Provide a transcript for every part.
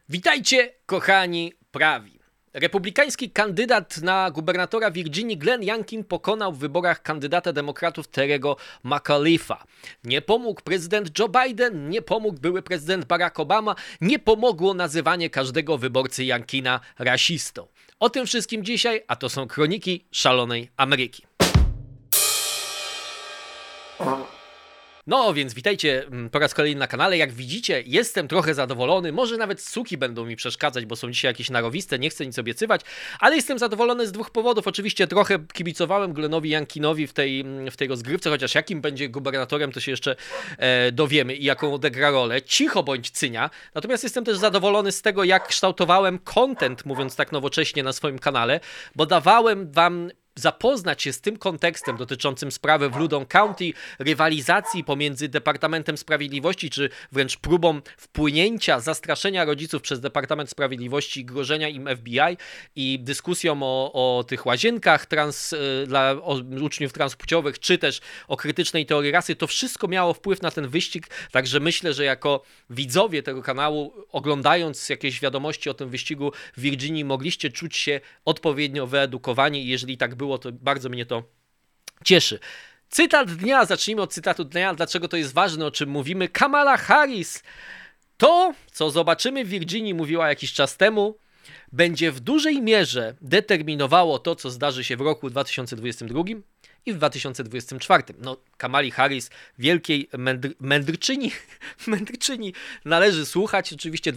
Witajcie, kochani prawi. Republikański kandydat na gubernatora Virginii Glenn Youngkin pokonał w wyborach kandydata demokratów Terry'ego McAuliffe'a. Nie pomógł prezydent Joe Biden, nie pomógł były prezydent Barack Obama, nie pomogło nazywanie każdego wyborcy Youngkina rasistą. O tym wszystkim dzisiaj, a to są kroniki szalonej Ameryki. No więc witajcie po raz kolejny na kanale. Jak widzicie, jestem trochę zadowolony. Może nawet suki będą mi przeszkadzać, bo są dzisiaj jakieś narowiste, nie chcę nic obiecywać, ale jestem zadowolony z dwóch powodów. Oczywiście trochę kibicowałem Glennowi Youngkinowi w tej rozgrywce, chociaż jakim będzie gubernatorem, to się jeszcze dowiemy i jaką odegra rolę. Cicho bądź cynia. Natomiast jestem też zadowolony z tego, jak kształtowałem content, mówiąc tak nowocześnie, na swoim kanale, bo dawałem wam zapoznać się z tym kontekstem dotyczącym sprawy w Loudoun County, rywalizacji pomiędzy Departamentem Sprawiedliwości, czy wręcz próbą wpłynięcia, zastraszenia rodziców przez Departament Sprawiedliwości, grożenia im FBI i dyskusją o tych łazienkach dla uczniów transpłciowych, czy też o krytycznej teorii rasy. To wszystko miało wpływ na ten wyścig, także myślę, że jako widzowie tego kanału, oglądając jakieś wiadomości o tym wyścigu w Virginii, mogliście czuć się odpowiednio wyedukowani i jeżeli tak było, to bardzo mnie to cieszy. Cytat dnia, zacznijmy od cytatu dnia, dlaczego to jest ważne, o czym mówimy. Kamala Harris, to co zobaczymy w Virginii, mówiła jakiś czas temu, będzie w dużej mierze determinowało to, co zdarzy się w roku 2022 i w 2024. No, Kamali Harris, wielkiej mędrczyni należy słuchać. Oczywiście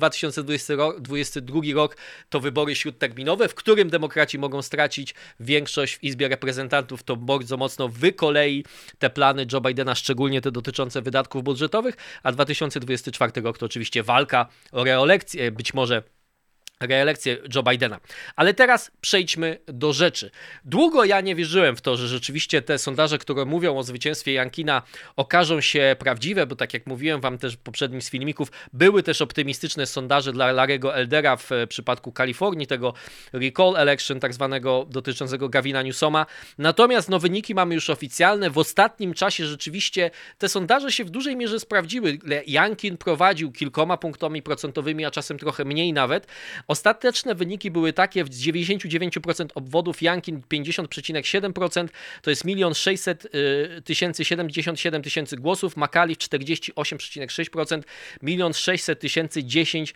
2022 rok to wybory śródterminowe, w którym demokraci mogą stracić większość w Izbie Reprezentantów. To bardzo mocno wykolei te plany Joe Bidena, szczególnie te dotyczące wydatków budżetowych, a 2024 rok to oczywiście walka o reelekcję, być może reelekcję Joe Bidena. Ale teraz przejdźmy do rzeczy. Długo ja nie wierzyłem w to, że rzeczywiście te sondaże, które mówią o zwycięstwie Youngkina, okażą się prawdziwe, bo tak jak mówiłem wam też w poprzednim z filmików, były też optymistyczne sondaże dla Larry'ego Eldera w przypadku Kalifornii, tego recall election tak zwanego dotyczącego Gavina Newsoma. Natomiast no, wyniki mamy już oficjalne. W ostatnim czasie rzeczywiście te sondaże się w dużej mierze sprawdziły. Youngkin prowadził kilkoma punktami procentowymi, a czasem trochę mniej nawet. Ostateczne wyniki były takie: w 99% obwodów Youngkin 50,7%, to jest 1 600 077 000 głosów, McAuliffe 48,6%, 1 600 000 10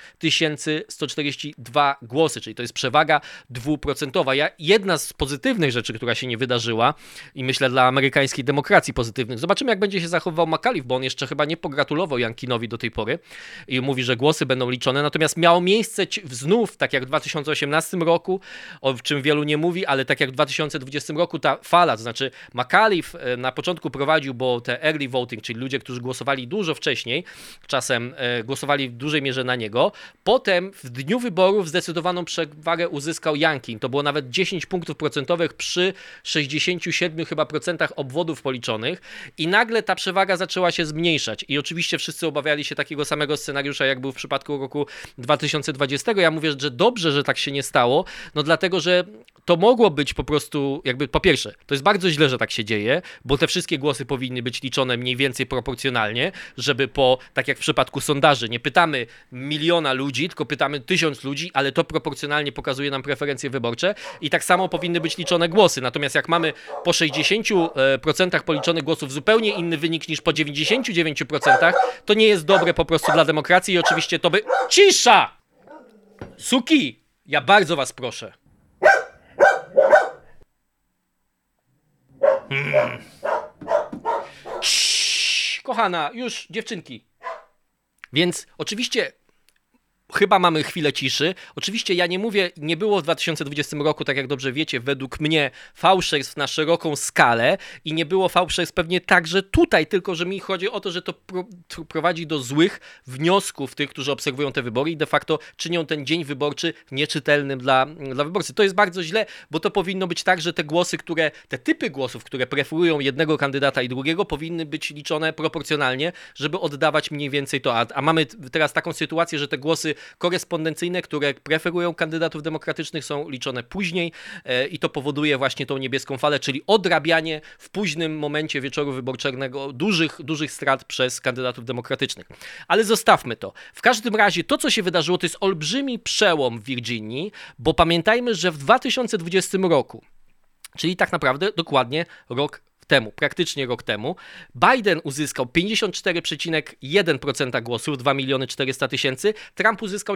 142 głosy, czyli to jest przewaga dwuprocentowa. Jedna z pozytywnych rzeczy, która się nie wydarzyła i myślę dla amerykańskiej demokracji pozytywnych, zobaczymy jak będzie się zachowywał McAuliffe, bo on jeszcze chyba nie pogratulował Youngkinowi do tej pory i mówi, że głosy będą liczone, natomiast miało miejsce znów, tak jak w 2018 roku, o czym wielu nie mówi, ale tak jak w 2020 roku ta fala, to znaczy McAuliffe na początku prowadził, bo te early voting, czyli ludzie, którzy głosowali dużo wcześniej, czasem głosowali w dużej mierze na niego, potem w dniu wyborów zdecydowaną przewagę uzyskał Youngkin. To było nawet 10 punktów procentowych przy 67 chyba procentach obwodów policzonych i nagle ta przewaga zaczęła się zmniejszać i oczywiście wszyscy obawiali się takiego samego scenariusza, jak był w przypadku roku 2020. Ja mówię, że dobrze, że tak się nie stało, no dlatego, że to mogło być po prostu, jakby po pierwsze, to jest bardzo źle, że tak się dzieje, bo te wszystkie głosy powinny być liczone mniej więcej proporcjonalnie, żeby tak jak w przypadku sondaży, nie pytamy miliona ludzi, tylko pytamy 1000 ludzi, ale to proporcjonalnie pokazuje nam preferencje wyborcze i tak samo powinny być liczone głosy. Natomiast jak mamy po 60% policzonych głosów zupełnie inny wynik niż po 99%, to nie jest dobre po prostu dla demokracji i oczywiście to by... Cisza! Suki, ja bardzo was proszę. Kochana, już dziewczynki. Więc oczywiście chyba mamy chwilę ciszy. Oczywiście ja nie mówię, nie było w 2020 roku, tak jak dobrze wiecie, według mnie fałszerstw na szeroką skalę i nie było fałszerstw pewnie także tutaj, tylko że mi chodzi o to, że to prowadzi do złych wniosków tych, którzy obserwują te wybory i de facto czynią ten dzień wyborczy nieczytelnym dla wyborcy. To jest bardzo źle, bo to powinno być tak, że te typy głosów, które preferują jednego kandydata i drugiego, powinny być liczone proporcjonalnie, żeby oddawać mniej więcej to. A mamy teraz taką sytuację, że te głosy korespondencyjne, które preferują kandydatów demokratycznych, są liczone później i to powoduje właśnie tą niebieską falę, czyli odrabianie w późnym momencie wieczoru wyborczego dużych strat przez kandydatów demokratycznych. Ale zostawmy to. W każdym razie to, co się wydarzyło, to jest olbrzymi przełom w Virginii, bo pamiętajmy, że w 2020 roku, czyli tak naprawdę dokładnie praktycznie rok temu, Biden uzyskał 54,1% głosów, 2 400 000, Trump uzyskał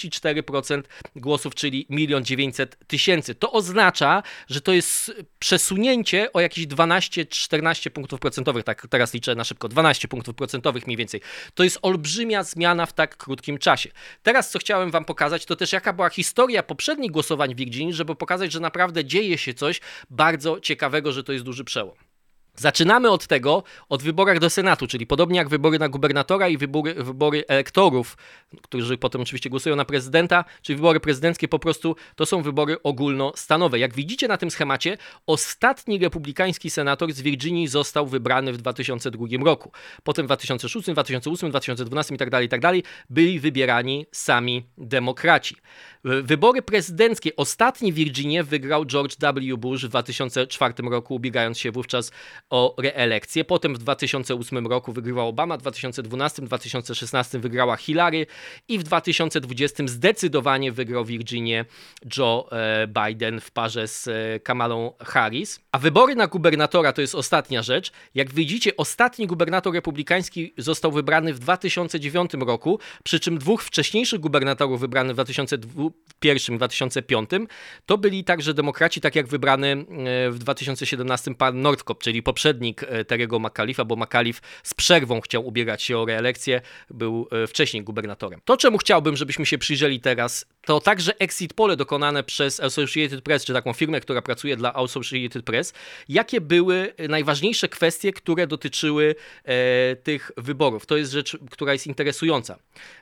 44% głosów, czyli 1 900 000. To oznacza, że to jest przesunięcie o jakieś 12-14 punktów procentowych, tak teraz liczę na szybko, 12 punktów procentowych mniej więcej. To jest olbrzymia zmiana w tak krótkim czasie. Teraz co chciałem wam pokazać, to też jaka była historia poprzednich głosowań w Virginii, żeby pokazać, że naprawdę dzieje się coś bardzo ciekawego, że to jest duży przełom. Zaczynamy od wyborach do Senatu, czyli podobnie jak wybory na gubernatora i wybory elektorów, którzy potem oczywiście głosują na prezydenta, czyli wybory prezydenckie po prostu to są wybory ogólnostanowe. Jak widzicie na tym schemacie, ostatni republikański senator z Virginii został wybrany w 2002 roku. Potem w 2006, 2008, 2012 itd. byli wybierani sami demokraci. Wybory prezydenckie ostatni w Virginii wygrał George W. Bush w 2004 roku, ubiegając się wówczas o reelekcję. Potem w 2008 roku wygrywał Obama, w 2012, 2016 wygrała Hillary i w 2020 zdecydowanie wygrał Virginię Joe Biden w parze z Kamalą Harris. A wybory na gubernatora to jest ostatnia rzecz. Jak widzicie, ostatni gubernator republikański został wybrany w 2009 roku, przy czym dwóch wcześniejszych gubernatorów wybranych w 2001 i 2005 to byli także demokraci, tak jak wybrany w 2017 pan Northcott, czyli poprzednik Terry'ego McAuliffe'a, bo McAuliffe z przerwą chciał ubiegać się o reelekcję, był wcześniej gubernatorem. To, czemu chciałbym, żebyśmy się przyjrzeli teraz, to także exit pole dokonane przez Associated Press, czy taką firmę, która pracuje dla Associated Press, jakie były najważniejsze kwestie, które dotyczyły tych wyborów. To jest rzecz, która jest interesująca.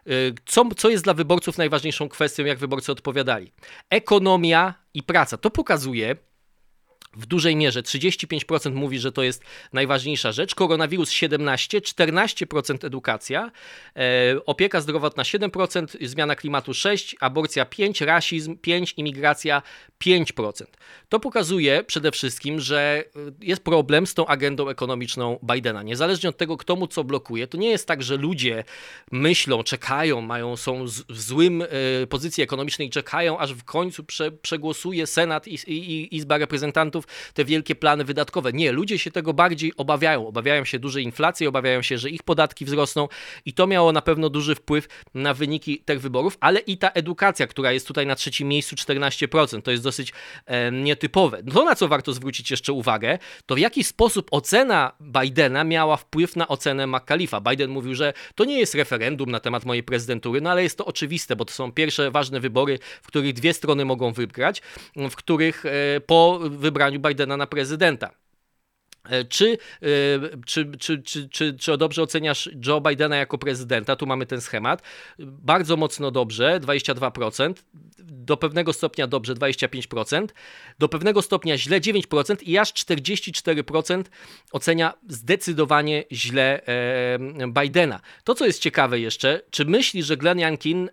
Co jest dla wyborców najważniejszą kwestią, jak wyborcy odpowiadali? Ekonomia i praca. To pokazuje, w dużej mierze 35% mówi, że to jest najważniejsza rzecz, koronawirus 17%, 14% edukacja, opieka zdrowotna 7%, zmiana klimatu 6%, aborcja 5%, rasizm 5%, imigracja 5%. To pokazuje przede wszystkim, że jest problem z tą agendą ekonomiczną Bidena. Niezależnie od tego, kto mu co blokuje, to nie jest tak, że ludzie myślą, czekają, są w złym pozycji ekonomicznej i czekają, aż w końcu przegłosuje Senat i Izba Reprezentantów te wielkie plany wydatkowe. Nie, ludzie się tego bardziej obawiają. Obawiają się dużej inflacji, obawiają się, że ich podatki wzrosną i to miało na pewno duży wpływ na wyniki tych wyborów, ale i ta edukacja, która jest tutaj na trzecim miejscu 14%. To jest dosyć nietypowe. To, na co warto zwrócić jeszcze uwagę, to w jaki sposób ocena Bidena miała wpływ na ocenę McAuliffe'a. Biden mówił, że to nie jest referendum na temat mojej prezydentury, no ale jest to oczywiste, bo to są pierwsze ważne wybory, w których dwie strony mogą wygrać, w których po wybraniu Bidena na prezydenta. Czy dobrze oceniasz Joe Bidena jako prezydenta? Tu mamy ten schemat. Bardzo mocno dobrze, 22%. Do pewnego stopnia dobrze, 25%. Do pewnego stopnia źle, 9%. I aż 44% ocenia zdecydowanie źle Bidena. To, co jest ciekawe jeszcze, czy myśli, że Glenn Youngkin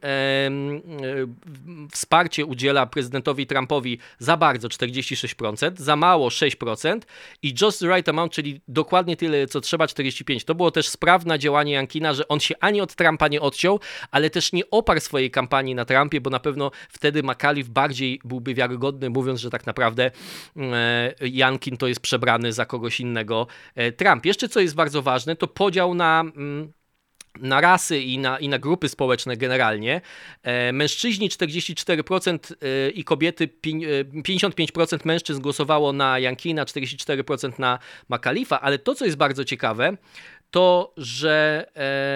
wsparcie udziela prezydentowi Trumpowi za bardzo, 46%, za mało, 6% i just the right amount, czyli dokładnie tyle, co trzeba, 45%. To było też sprawne działanie Youngkina, że on się ani od Trumpa nie odciął, ale też nie oparł swojej kampanii na Trumpie, bo na pewno wtedy McAuliffe bardziej byłby wiarygodny, mówiąc, że tak naprawdę Youngkin to jest przebrany za kogoś innego Trump. Jeszcze co jest bardzo ważne, to podział na rasy i na grupy społeczne generalnie. Mężczyźni 44% i kobiety 55% mężczyzn głosowało na Youngkina, 44% na McAuliffe'a, ale to, co jest bardzo ciekawe, to, że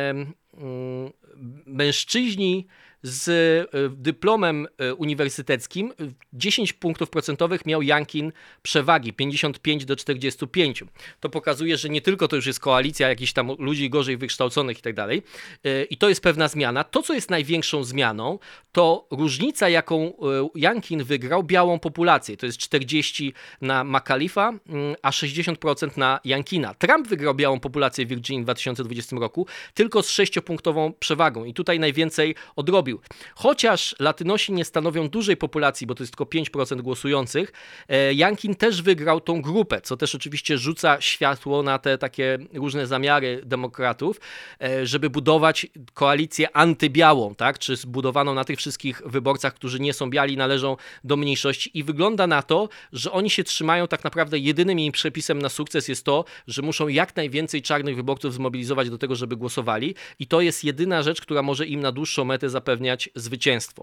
mężczyźni z dyplomem uniwersyteckim 10 punktów procentowych miał Youngkin przewagi, 55-45. To pokazuje, że nie tylko to już jest koalicja jakichś tam ludzi gorzej wykształconych i tak dalej. I to jest pewna zmiana. To, co jest największą zmianą, to różnica, jaką Youngkin wygrał białą populację, to jest 40 na McAuliffe'a, a 60% na Youngkina. Trump wygrał białą populację w Virginii w 2020 roku tylko z 6-punktową przewagą i tutaj najwięcej odrobił. Chociaż Latynosi nie stanowią dużej populacji, bo to jest tylko 5% głosujących, Youngkin też wygrał tą grupę, co też oczywiście rzuca światło na te takie różne zamiary demokratów, żeby budować koalicję antybiałą, tak? Czy zbudowaną na tych wszystkich wyborcach, którzy nie są biali, należą do mniejszości i wygląda na to, że oni się trzymają tak naprawdę jedynym im przepisem na sukces jest to, że muszą jak najwięcej czarnych wyborców zmobilizować do tego, żeby głosowali i to jest jedyna rzecz, która może im na dłuższą metę zapewniać zwycięstwo.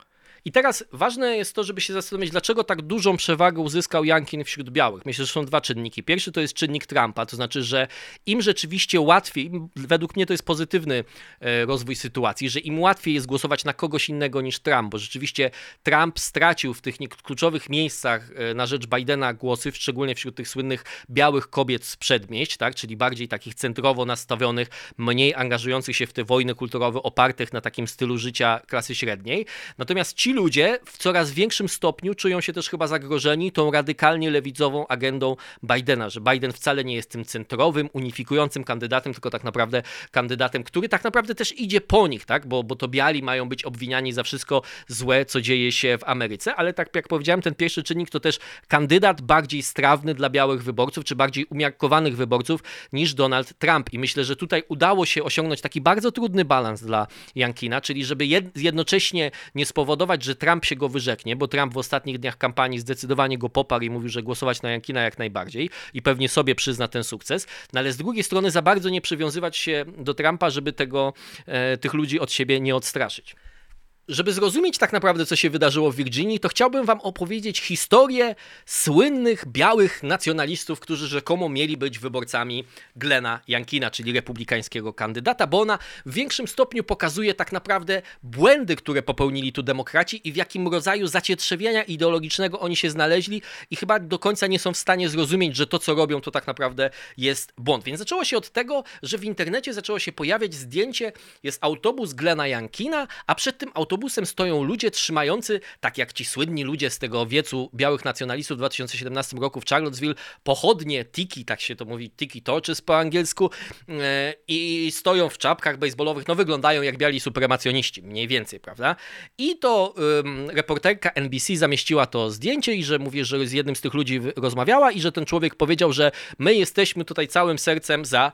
I teraz ważne jest to, żeby się zastanowić, dlaczego tak dużą przewagę uzyskał Youngkin wśród białych. Myślę, że są dwa czynniki. Pierwszy to jest czynnik Trumpa, to znaczy, że im rzeczywiście łatwiej, według mnie to jest pozytywny rozwój sytuacji, że im łatwiej jest głosować na kogoś innego niż Trump, bo rzeczywiście Trump stracił w tych kluczowych miejscach na rzecz Bidena głosy, szczególnie wśród tych słynnych białych kobiet z przedmieść, tak, czyli bardziej takich centrowo nastawionych, mniej angażujących się w te wojny kulturowe, opartych na takim stylu życia klasy średniej. Natomiast ci ludzie w coraz większym stopniu czują się też chyba zagrożeni tą radykalnie lewicową agendą Bidena, że Biden wcale nie jest tym centrowym, unifikującym kandydatem, tylko tak naprawdę kandydatem, który tak naprawdę też idzie po nich, tak? Bo to biali mają być obwiniani za wszystko złe, co dzieje się w Ameryce, ale tak jak powiedziałem, ten pierwszy czynnik to też kandydat bardziej strawny dla białych wyborców, czy bardziej umiarkowanych wyborców niż Donald Trump. I myślę, że tutaj udało się osiągnąć taki bardzo trudny balans dla Youngkina, czyli żeby jednocześnie nie spowodować, że Trump się go wyrzeknie, bo Trump w ostatnich dniach kampanii zdecydowanie go poparł i mówił, że głosować na Youngkina jak najbardziej i pewnie sobie przyzna ten sukces, no ale z drugiej strony za bardzo nie przywiązywać się do Trumpa, żeby tych ludzi od siebie nie odstraszyć. Żeby zrozumieć tak naprawdę, co się wydarzyło w Virginii, to chciałbym wam opowiedzieć historię słynnych białych nacjonalistów, którzy rzekomo mieli być wyborcami Glena Youngkina, czyli republikańskiego kandydata, bo ona w większym stopniu pokazuje tak naprawdę błędy, które popełnili tu demokraci i w jakim rodzaju zacietrzewienia ideologicznego oni się znaleźli i chyba do końca nie są w stanie zrozumieć, że to, co robią, to tak naprawdę jest błąd. Więc zaczęło się od tego, że w internecie zaczęło się pojawiać zdjęcie, jest autobus Glena Youngkina, a przed tym autobusem stoją ludzie trzymający, tak jak ci słynni ludzie z tego wiecu białych nacjonalistów w 2017 roku w Charlottesville, pochodnie tiki, tak się to mówi, tiki torches po angielsku, i stoją w czapkach baseballowych, no wyglądają jak biali supremacjoniści, mniej więcej, prawda? I to reporterka NBC zamieściła to zdjęcie i że mówi, że z jednym z tych ludzi rozmawiała i że ten człowiek powiedział, że my jesteśmy tutaj całym sercem za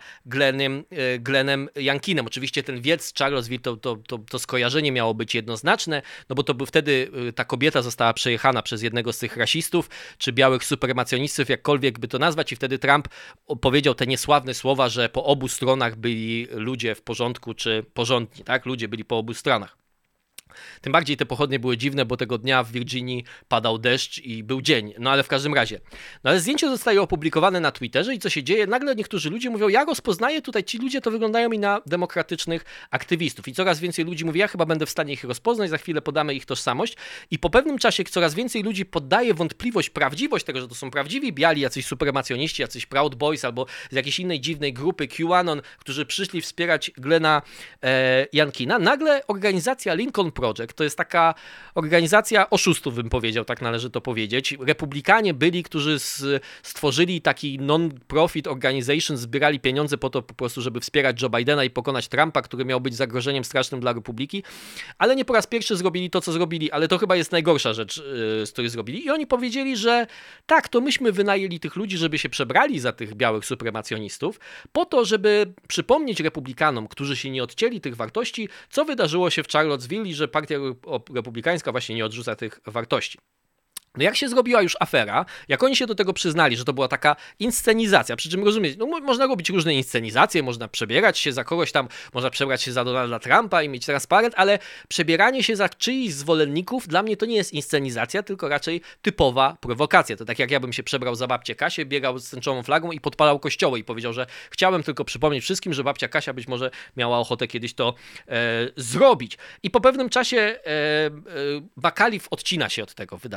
Glenem Youngkinem. Oczywiście ten wiec Charlottesville, to skojarzenie miało być jednoznaczne, no bo to był wtedy ta kobieta została przejechana przez jednego z tych rasistów, czy białych supremacjonistów, jakkolwiek by to nazwać i wtedy Trump powiedział te niesławne słowa, że po obu stronach byli ludzie w porządku, czy porządni, tak? Ludzie byli po obu stronach. Tym bardziej te pochodnie były dziwne, bo tego dnia w Virginii padał deszcz i był dzień. No ale w każdym razie. No ale zdjęcie zostaje opublikowane na Twitterze i co się dzieje? Nagle niektórzy ludzie mówią, ja rozpoznaję tutaj, ci ludzie to wyglądają mi na demokratycznych aktywistów. I coraz więcej ludzi mówi, ja chyba będę w stanie ich rozpoznać, za chwilę podamy ich tożsamość. I po pewnym czasie coraz więcej ludzi poddaje wątpliwość, prawdziwość tego, że to są prawdziwi biali, jacyś supremacjoniści, jacyś Proud Boys albo z jakiejś innej dziwnej grupy QAnon, którzy przyszli wspierać Glena Youngkina. Nagle organizacja Lincoln Project, to jest taka organizacja oszustów, bym powiedział, tak należy to powiedzieć. Republikanie byli, którzy stworzyli taki non-profit organization, zbierali pieniądze po to po prostu, żeby wspierać Joe Bidena i pokonać Trumpa, który miał być zagrożeniem strasznym dla Republiki, ale nie po raz pierwszy zrobili to, co zrobili, ale to chyba jest najgorsza rzecz, z której zrobili. I oni powiedzieli, że tak, to myśmy wynajęli tych ludzi, żeby się przebrali za tych białych supremacjonistów, po to, żeby przypomnieć republikanom, którzy się nie odcięli tych wartości, co wydarzyło się w Charlottesville i że partia republikańska właśnie nie odrzuca tych wartości. No jak się zrobiła już afera, jak oni się do tego przyznali, że to była taka inscenizacja, przy czym rozumieć, no można robić różne inscenizacje, można przebierać się za kogoś tam, można przebrać się za Donalda Trumpa i mieć transparent, ale przebieranie się za czyichś zwolenników dla mnie to nie jest inscenizacja, tylko raczej typowa prowokacja. To tak jak ja bym się przebrał za babcię Kasię, biegał z tęczową flagą i podpalał kościoły i powiedział, że chciałem tylko przypomnieć wszystkim, że babcia Kasia być może miała ochotę kiedyś to zrobić. I po pewnym czasie McAuliffe odcina się od tego wydarzenia, że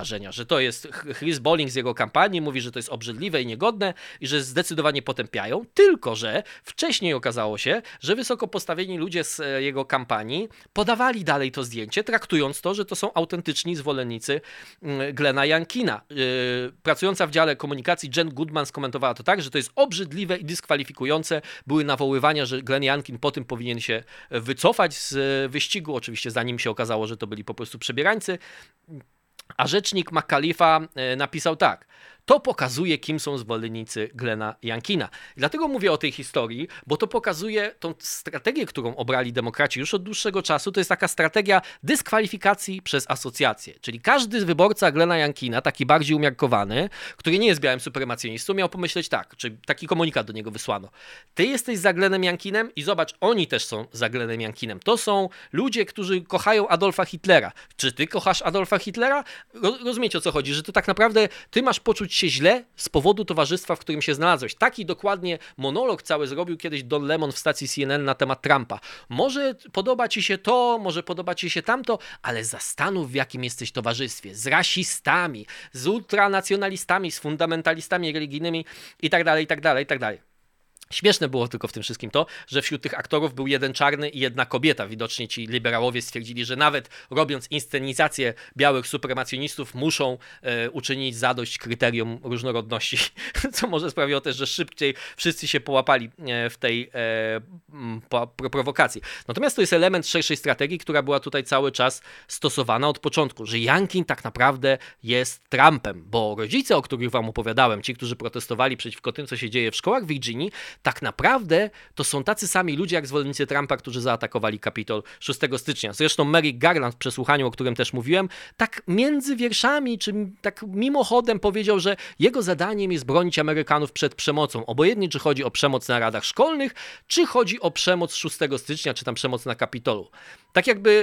to jest Chris Bolling z jego kampanii, mówi, że to jest obrzydliwe i niegodne i że zdecydowanie potępiają, tylko że wcześniej okazało się, że wysoko postawieni ludzie z jego kampanii podawali dalej to zdjęcie, traktując to, że to są autentyczni zwolennicy Glena Youngkina. Pracująca w dziale komunikacji Jen Goodman skomentowała to tak, że to jest obrzydliwe i dyskwalifikujące. Były nawoływania, że Glen Youngkin po tym powinien się wycofać z wyścigu, oczywiście zanim się okazało, że to byli po prostu przebierańcy. A rzecznik McAuliffa napisał tak: to pokazuje, kim są zwolennicy Glena Youngkina. I dlatego mówię o tej historii, bo to pokazuje tą strategię, którą obrali demokraci już od dłuższego czasu. To jest taka strategia dyskwalifikacji przez asocjację. Czyli każdy wyborca Glena Youngkina, taki bardziej umiarkowany, który nie jest białym supremacjonistą, miał pomyśleć tak, czy taki komunikat do niego wysłano. Ty jesteś za Glenem Youngkinem i zobacz, oni też są za Glenem Youngkinem. To są ludzie, którzy kochają Adolfa Hitlera. Czy ty kochasz Adolfa Hitlera? Rozumiecie, o co chodzi, że to tak naprawdę ty masz poczuć się źle z powodu towarzystwa, w którym się znalazłeś. Taki dokładnie monolog cały zrobił kiedyś Don Lemon w stacji CNN na temat Trumpa. Może podoba ci się to, może podoba ci się tamto, ale zastanów, w jakim jesteś towarzystwie. Z rasistami, z ultranacjonalistami, z fundamentalistami religijnymi i tak dalej, i tak dalej, i tak dalej. Śmieszne było tylko w tym wszystkim to, że wśród tych aktorów był jeden czarny i jedna kobieta. Widocznie ci liberałowie stwierdzili, że nawet robiąc inscenizację białych supremacjonistów muszą uczynić zadość kryterium różnorodności, co może sprawiło też, że szybciej wszyscy się połapali w tej prowokacji. Natomiast to jest element szerszej strategii, która była tutaj cały czas stosowana od początku, że Youngkin tak naprawdę jest Trumpem, bo rodzice, o których wam opowiadałem, ci, którzy protestowali przeciwko tym, co się dzieje w szkołach w Virginii, tak naprawdę to są tacy sami ludzie jak zwolennicy Trumpa, którzy zaatakowali Kapitol 6 stycznia. Zresztą Merrick Garland w przesłuchaniu, o którym też mówiłem, tak między wierszami, czy tak mimochodem powiedział, że jego zadaniem jest bronić Amerykanów przed przemocą. Obojętnie, czy chodzi o przemoc na radach szkolnych, czy chodzi o przemoc 6 stycznia, czy tam przemoc na Kapitolu. Tak jakby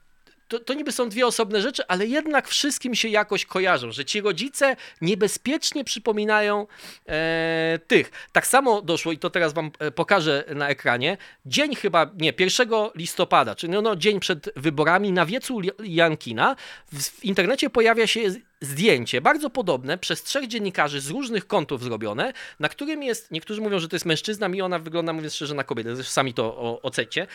to niby są dwie osobne rzeczy, ale jednak wszystkim się jakoś kojarzą, że ci rodzice niebezpiecznie przypominają tych. Tak samo doszło, i to teraz wam pokażę na ekranie, dzień chyba, nie, 1 listopada, czyli dzień przed wyborami, na wiecu Youngkina w internecie pojawia się zdjęcie, bardzo podobne, przez 3 dziennikarzy z różnych kątów zrobione, na którym jest, niektórzy mówią, że to jest mężczyzna, mi ona wygląda, mówiąc szczerze, na kobietę, zresztą sami to ocencie,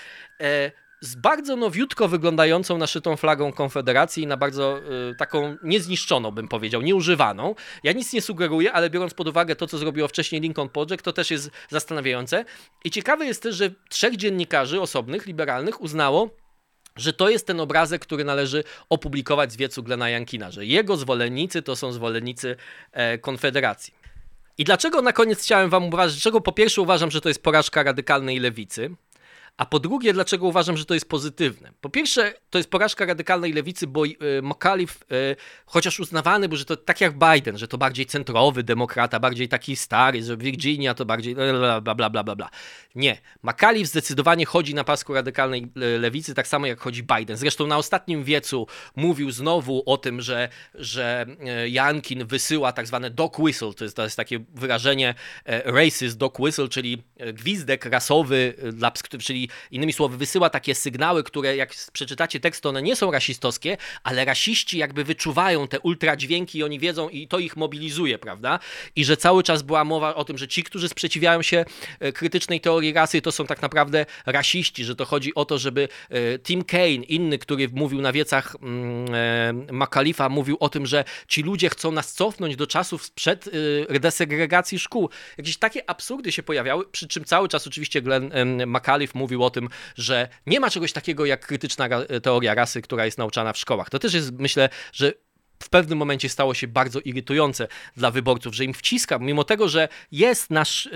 z bardzo nowiutko wyglądającą naszytą flagą Konfederacji, na bardzo taką niezniszczoną, bym powiedział, nieużywaną. Ja nic nie sugeruję, ale biorąc pod uwagę to, co zrobiło wcześniej Lincoln Project, to też jest zastanawiające. I ciekawe jest też, że 3 dziennikarzy osobnych, liberalnych uznało, że to jest ten obrazek, który należy opublikować z wiecu Glena Youngkina, że jego zwolennicy to są zwolennicy Konfederacji. I dlaczego na koniec chciałem wam uważać, dlaczego po pierwsze uważam, że to jest porażka radykalnej lewicy, a po drugie, dlaczego uważam, że to jest pozytywne? Po pierwsze, to jest porażka radykalnej lewicy, bo McAuliffe, chociaż uznawany był, że to tak jak Biden, że to bardziej centrowy demokrata, bardziej taki stary, że Virginia to bardziej bla, bla, bla, bla, bla. Nie. McAuliffe zdecydowanie chodzi na pasku radykalnej lewicy, tak samo jak chodzi Biden. Zresztą na ostatnim wiecu mówił znowu o tym, że Youngkin wysyła tak zwane dog whistle, to jest takie wyrażenie racist dog whistle, czyli gwizdek rasowy, czyli innymi słowy wysyła takie sygnały, które jak przeczytacie tekst, to one nie są rasistowskie, ale rasiści jakby wyczuwają te ultradźwięki i oni wiedzą i to ich mobilizuje, prawda? I że cały czas była mowa o tym, że ci, którzy sprzeciwiają się krytycznej teorii rasy, to są tak naprawdę rasiści, że to chodzi o to, żeby Tim Kaine, inny, który mówił na wiecach McAuliffe'a, mówił o tym, że ci ludzie chcą nas cofnąć do czasów sprzed desegregacji szkół. Jakieś takie absurdy się pojawiały, przy czym cały czas oczywiście Glenn McAuliffe mówił o tym, że nie ma czegoś takiego jak krytyczna teoria rasy, która jest nauczana w szkołach. To też jest, myślę, że w pewnym momencie stało się bardzo irytujące dla wyborców, że im wciska, mimo tego, że jest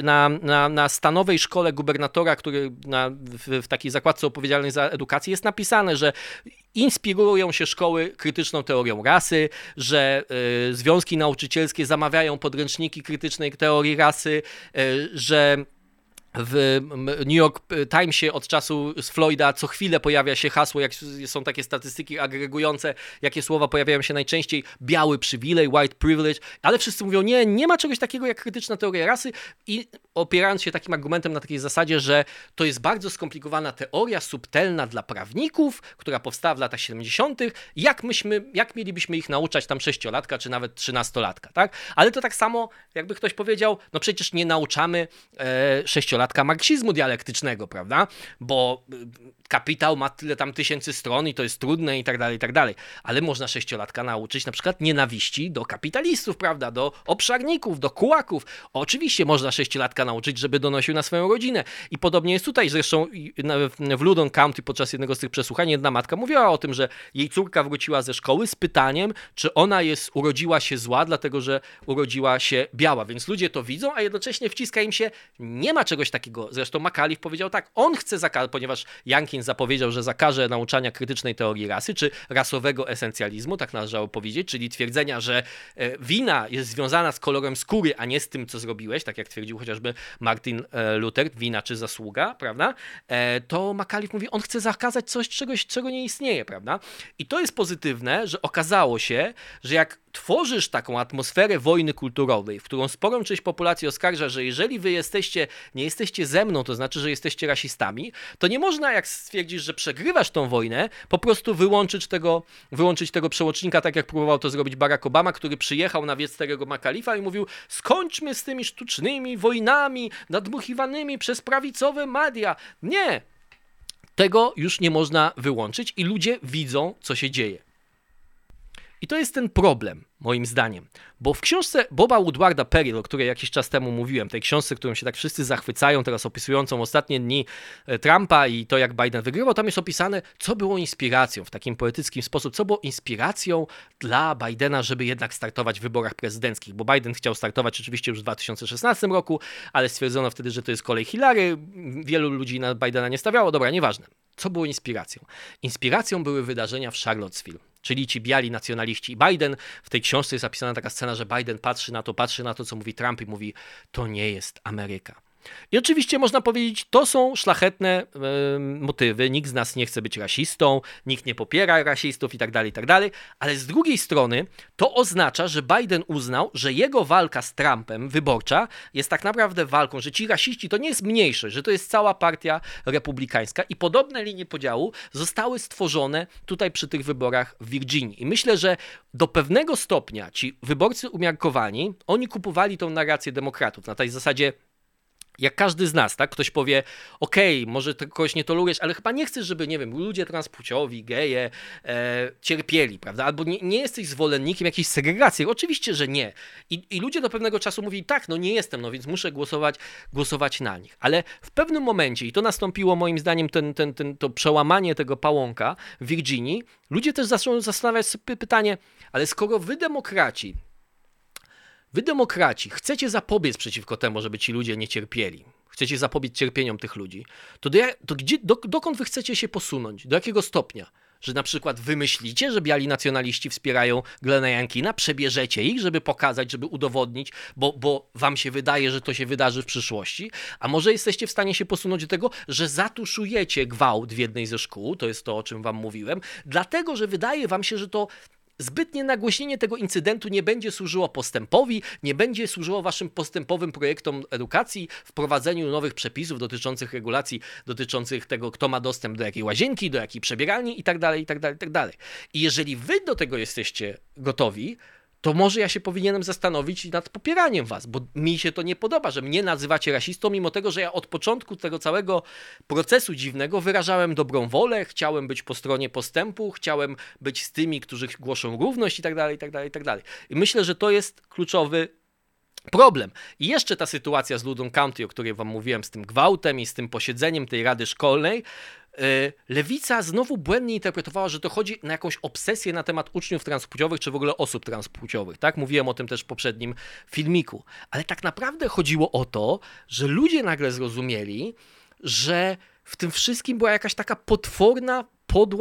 na stanowej szkole gubernatora, który w takiej zakładce odpowiedzialnej za edukację jest napisane, że inspirują się szkoły krytyczną teorią rasy, że związki nauczycielskie zamawiają podręczniki krytycznej teorii rasy, że w New York Timesie od czasu z Floyda co chwilę pojawia się hasło, jak są takie statystyki agregujące, jakie słowa pojawiają się najczęściej: biały przywilej, white privilege, ale wszyscy mówią, nie ma czegoś takiego jak krytyczna teoria rasy, i opierając się takim argumentem na takiej zasadzie, że to jest bardzo skomplikowana teoria, subtelna dla prawników, która powstała w latach 70., jak mielibyśmy ich nauczać tam 6-latka, czy nawet 13-latka, tak? Ale to tak samo, jakby ktoś powiedział, no przecież nie nauczamy 6-latka marksizmu dialektycznego, prawda? Bo Kapitał ma tyle tam tysięcy stron i to jest trudne i tak dalej, i tak dalej. Ale można 6-latka nauczyć na przykład nienawiści do kapitalistów, prawda? Do obszarników, do kułaków. Oczywiście można 6-latka nauczyć, żeby donosił na swoją rodzinę. I podobnie jest tutaj. Zresztą w Loudoun County podczas jednego z tych przesłuchań jedna matka mówiła o tym, że jej córka wróciła ze szkoły z pytaniem, czy ona urodziła się zła, dlatego że urodziła się biała. Więc ludzie to widzą, a jednocześnie wciska im się, nie ma czegoś takiego. Zresztą McAuliffe powiedział tak, on chce zakazać, ponieważ Youngkin zapowiedział, że zakaże nauczania krytycznej teorii rasy, czy rasowego esencjalizmu, tak należało powiedzieć, czyli twierdzenia, że wina jest związana z kolorem skóry, a nie z tym, co zrobiłeś, tak jak twierdził chociażby Martin Luther, wina czy zasługa, prawda? To McAuliffe mówi, on chce zakazać czegoś, czego nie istnieje, prawda? I to jest pozytywne, że okazało się, że jak tworzysz taką atmosferę wojny kulturowej, w którą sporą część populacji oskarża, że jeżeli wy nie jesteście ze mną, to znaczy, że jesteście rasistami, to nie można, jak stwierdzisz, że przegrywasz tą wojnę, po prostu wyłączyć tego przełącznika, tak jak próbował to zrobić Barack Obama, który przyjechał na wiec starego McAuliffe'a i mówił, skończmy z tymi sztucznymi wojnami nadmuchiwanymi przez prawicowe media. Nie! Tego już nie można wyłączyć i ludzie widzą, co się dzieje. I to jest ten problem, moim zdaniem, bo w książce Boba Woodwarda Perry, o której jakiś czas temu mówiłem, tej książce, którą się tak wszyscy zachwycają, teraz opisującą ostatnie dni Trumpa i to, jak Biden wygrywał, tam jest opisane, co było inspiracją w takim poetyckim sposób, co było inspiracją dla Bidena, żeby jednak startować w wyborach prezydenckich, bo Biden chciał startować oczywiście już w 2016 roku, ale stwierdzono wtedy, że to jest kolej Hillary, wielu ludzi na Bidena nie stawiało, dobra, nieważne. Co było inspiracją? Inspiracją były wydarzenia w Charlottesville, czyli ci biali nacjonaliści. I Biden, w tej książce jest napisana taka scena, że Biden patrzy na to, co mówi Trump i mówi, to nie jest Ameryka. I oczywiście można powiedzieć, to są szlachetne motywy, nikt z nas nie chce być rasistą, nikt nie popiera rasistów i tak dalej, ale z drugiej strony to oznacza, że Biden uznał, że jego walka z Trumpem wyborcza jest tak naprawdę walką, że ci rasiści to nie jest mniejszość, że to jest cała partia republikańska i podobne linie podziału zostały stworzone tutaj przy tych wyborach w Virginii. I myślę, że do pewnego stopnia ci wyborcy umiarkowani, oni kupowali tą narrację demokratów na tej zasadzie, jak każdy z nas, tak? Ktoś powie, okej, może kogoś nie tolerujesz, ale chyba nie chcesz, żeby, nie wiem, ludzie transpłciowi, geje cierpieli, prawda? Albo nie jesteś zwolennikiem jakiejś segregacji. Oczywiście, że nie. I ludzie do pewnego czasu mówili, tak, no nie jestem, no więc muszę głosować na nich. Ale w pewnym momencie, i to nastąpiło moim zdaniem to przełamanie tego pałąka w Virginii, ludzie też zaczęły zastanawiać sobie pytanie, ale skoro wy demokraci chcecie zapobiec przeciwko temu, żeby ci ludzie nie cierpieli, chcecie zapobiec cierpieniom tych ludzi, to dokąd wy chcecie się posunąć? Do jakiego stopnia? Że na przykład wymyślicie, że biali nacjonaliści wspierają Glena Youngkina, przebierzecie ich, żeby pokazać, żeby udowodnić, bo wam się wydaje, że to się wydarzy w przyszłości, a może jesteście w stanie się posunąć do tego, że zatuszujecie gwałt w jednej ze szkół, to jest to, o czym wam mówiłem, dlatego, że wydaje wam się, że to zbytnie nagłośnienie tego incydentu nie będzie służyło postępowi, nie będzie służyło waszym postępowym projektom edukacji, wprowadzeniu nowych przepisów dotyczących regulacji, dotyczących tego, kto ma dostęp do jakiej łazienki, do jakiej przebieralni itd. I jeżeli wy do tego jesteście gotowi, to może ja się powinienem zastanowić nad popieraniem was, bo mi się to nie podoba, że mnie nazywacie rasistą, mimo tego, że ja od początku tego całego procesu dziwnego wyrażałem dobrą wolę, chciałem być po stronie postępu, chciałem być z tymi, którzy głoszą równość itd. I myślę, że to jest kluczowy problem. I jeszcze ta sytuacja z Loudoun County, o której wam mówiłem, z tym gwałtem i z tym posiedzeniem tej rady szkolnej, Lewica znowu błędnie interpretowała, że to chodzi na jakąś obsesję na temat uczniów transpłciowych, czy w ogóle osób transpłciowych, tak? Mówiłem o tym też w poprzednim filmiku. Ale tak naprawdę chodziło o to, że ludzie nagle zrozumieli, że w tym wszystkim była jakaś taka potworna, podła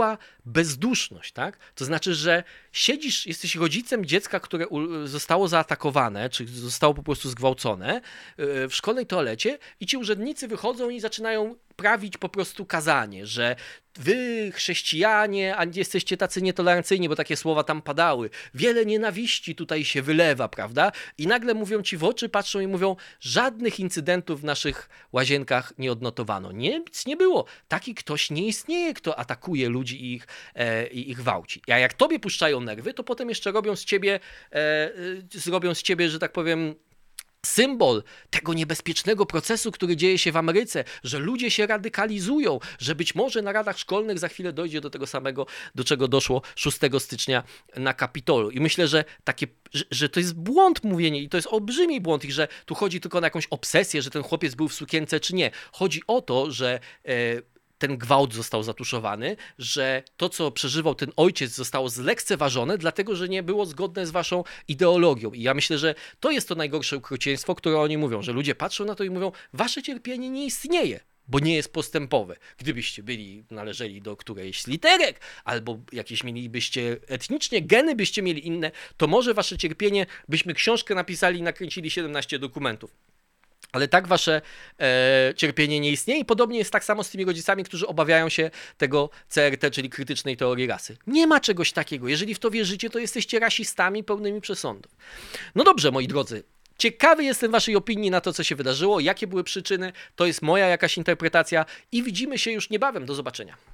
bezduszność, tak? To znaczy, że siedzisz, jesteś rodzicem dziecka, które zostało zaatakowane, czy zostało po prostu zgwałcone w szkolnej toalecie i ci urzędnicy wychodzą i zaczynają prawić po prostu kazanie, że wy, chrześcijanie, a jesteście tacy nietolerancyjni, bo takie słowa tam padały. Wiele nienawiści tutaj się wylewa, prawda? I nagle mówią ci w oczy, patrzą i mówią, żadnych incydentów w naszych łazienkach nie odnotowano. Nic nie było. Taki ktoś nie istnieje, kto atakuje ludzi i ich gwałci. A jak tobie puszczają nerwy, to potem jeszcze zrobią z ciebie, że tak powiem, symbol tego niebezpiecznego procesu, który dzieje się w Ameryce, że ludzie się radykalizują, że być może na radach szkolnych za chwilę dojdzie do tego samego, do czego doszło 6 stycznia na Kapitolu. I myślę, że że to jest błąd mówienie i to jest olbrzymi błąd i że tu chodzi tylko na jakąś obsesję, że ten chłopiec był w sukience czy nie. Chodzi o to, że ten gwałt został zatuszowany, że to, co przeżywał ten ojciec, zostało zlekceważone, dlatego, że nie było zgodne z waszą ideologią. I ja myślę, że to jest to najgorsze okrucieństwo, które oni mówią, że ludzie patrzą na to i mówią, wasze cierpienie nie istnieje, bo nie jest postępowe. Gdybyście należeli do którejś z literek, albo jakieś mielibyście etnicznie, geny byście mieli inne, to może wasze cierpienie, byśmy książkę napisali i nakręcili 17 dokumentów. Ale tak wasze cierpienie nie istnieje i podobnie jest tak samo z tymi rodzicami, którzy obawiają się tego CRT, czyli krytycznej teorii rasy. Nie ma czegoś takiego. Jeżeli w to wierzycie, to jesteście rasistami pełnymi przesądów. No dobrze, moi drodzy. Ciekawy jestem waszej opinii na to, co się wydarzyło, jakie były przyczyny. To jest moja jakaś interpretacja i widzimy się już niebawem. Do zobaczenia.